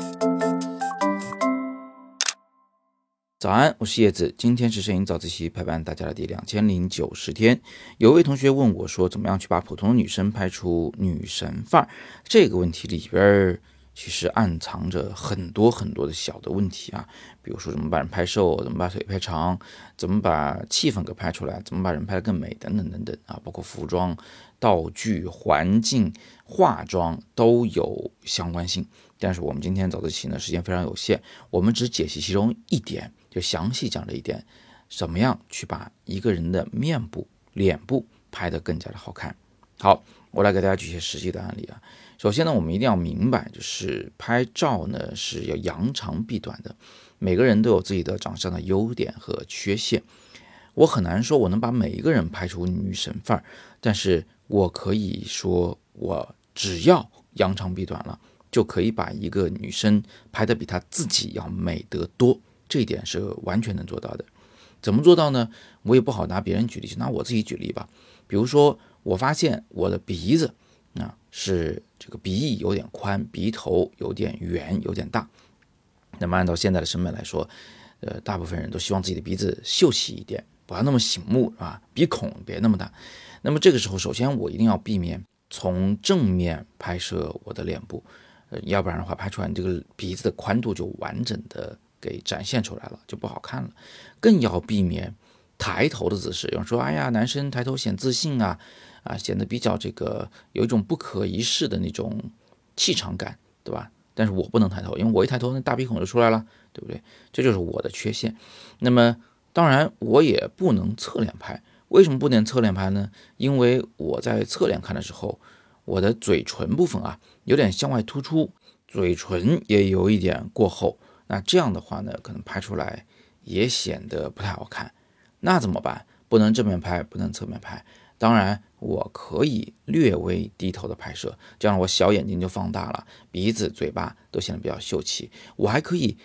早安，我是叶子，今天是摄影早自习陪伴大家的第2090天。有一位同学问我说，怎么样去把普通的女生拍出女神范儿？这个问题里边其实暗藏着很多很多的小的问题啊，比如说怎么把人拍瘦，怎么把腿拍长，怎么把气氛给拍出来，怎么把人拍得更美，等等等等啊，包括服装、道具、环境、化妆都有相关性。但是我们今天早自习呢，时间非常有限，我们只解析其中一点，就详细讲这一点，怎么样去把一个人的面部、脸部拍得更加的好看。好，我来给大家举些实际的案例啊。首先呢，我们一定要明白，就是拍照呢是要扬长避短的，每个人都有自己的长相的优点和缺陷。我很难说我能把每一个人拍出女神范儿，但是我可以说，我只要扬长避短了，就可以把一个女生拍得比她自己要美得多，这一点是完全能做到的。怎么做到呢？我也不好拿别人举例，就拿我自己举例吧。比如说，我发现我的鼻子是这个鼻翼有点宽，鼻头有点圆，有点大。那么按照现在的审美来说，大部分人都希望自己的鼻子秀气一点，不要那么醒目啊，鼻孔别那么大。那么这个时候，首先我一定要避免从正面拍摄我的脸部，要不然的话，拍出来这个鼻子的宽度就完整的给展现出来了，就不好看了。更要避免抬头的姿势。有人说，哎呀，男生抬头显自信啊，显得比较这个有一种不可一世的那种气场感，对吧？但是我不能抬头，因为我一抬头，那大鼻孔就出来了，对不对？这就是我的缺陷。那么当然，我也不能侧脸拍。为什么不能侧脸拍呢？因为我在侧脸看的时候，我的嘴唇部分有点向外突出，嘴唇也有一点过厚，那这样的话呢，可能拍出来也显得不太好看。那怎么办？不能正面拍，不能侧面拍。当然，我可以略微低头的拍摄，这样我小眼睛就放大了，鼻子、嘴巴都显得比较秀气。我还可以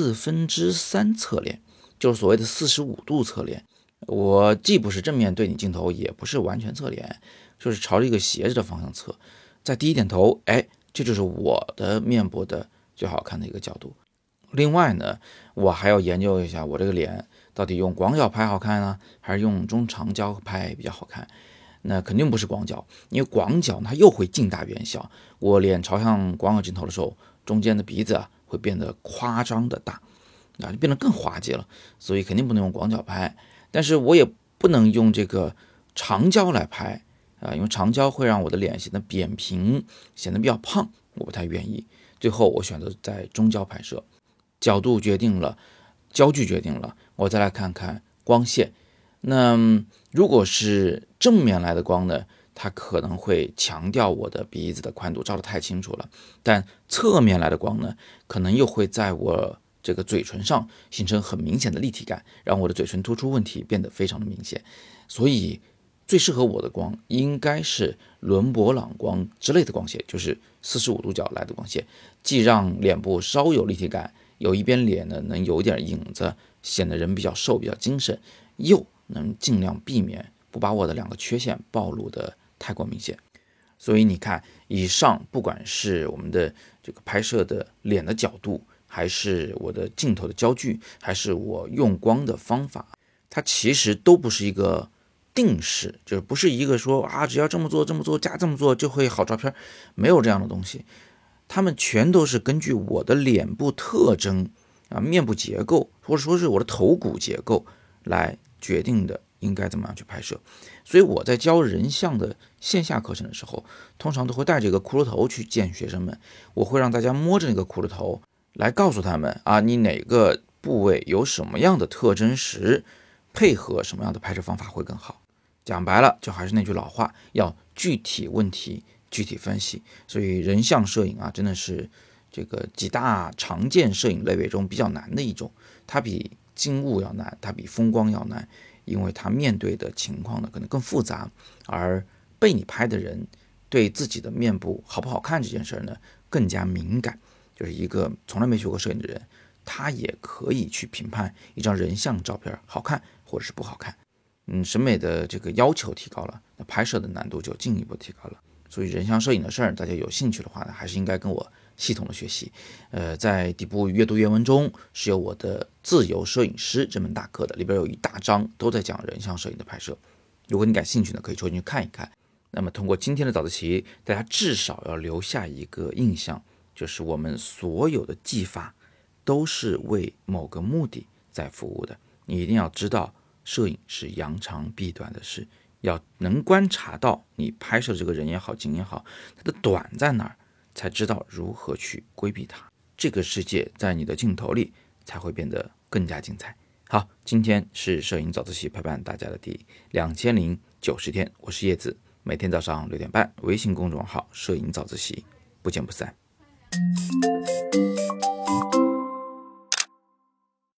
3/4侧脸，就是所谓的45度侧脸。我既不是正面对你镜头，也不是完全侧脸，就是朝着一个斜着的方向侧，再低一点头，这就是我的面部的最好看的一个角度。另外呢，我还要研究一下我这个脸到底用广角拍好看呢，还是用中长焦拍比较好看。那肯定不是广角，因为广角它又会近大远小，我脸朝向广角镜头的时候，中间的鼻子会变得夸张的大，就变得更滑稽了，所以肯定不能用广角拍。但是我也不能用这个长焦来拍因为长焦会让我的脸显得扁平，显得比较胖，我不太愿意。最后我选择在中焦拍摄，角度决定了，焦距决定了，我再来看看光线。那如果是正面来的光呢，它可能会强调我的鼻子的宽度，照得太清楚了。但侧面来的光呢，可能又会在我这个嘴唇上形成很明显的立体感，让我的嘴唇突出问题变得非常的明显。所以最适合我的光应该是伦勃朗光之类的光线，就是45度角来的光线，既让脸部稍有立体感，有一边脸呢能有点影子，显得人比较瘦比较精神，又能尽量避免不把我的两个缺陷暴露的太过明显。所以你看，以上不管是我们的这个拍摄的脸的角度，还是我的镜头的焦距，还是我用光的方法，它其实都不是一个定式，就是不是一个说只要这么做这么做加这么做就会好照片，没有这样的东西。他们全都是根据我的脸部特征面部结构，或者说是我的头骨结构来决定的应该怎么样去拍摄。所以我在教人像的线下课程的时候，通常都会带着一个骷髅头去见学生们，我会让大家摸着那个骷髅头来告诉他们你哪个部位有什么样的特征时，配合什么样的拍摄方法会更好。讲白了，就还是那句老话，要具体问题具体分析。所以人像摄影真的是这个几大常见摄影类别中比较难的一种，它比静物要难，它比风光要难，因为它面对的情况呢可能更复杂，而被你拍的人对自己的面部好不好看这件事呢更加敏感。就是一个从来没学过摄影的人，他也可以去评判一张人像照片好看或者是不好看。审美的这个要求提高了，那拍摄的难度就进一步提高了。所以人像摄影的事儿，大家有兴趣的话呢，还是应该跟我系统的学习。在底部阅读原文中是有我的自由摄影师这门大课的，里边有一大章都在讲人像摄影的拍摄。如果你感兴趣呢，可以抽进去看一看。那么通过今天的早自习，大家至少要留下一个印象，就是我们所有的技法都是为某个目的在服务的。你一定要知道，摄影是扬长避短的事，要能观察到你拍摄这个人也好景也好，它的短在哪儿，才知道如何去规避它。这个世界在你的镜头里才会变得更加精彩。好，今天是摄影早自习陪伴大家的第2090天，我是叶子，每天早上6点半，微信公众号摄影早自习，不见不散。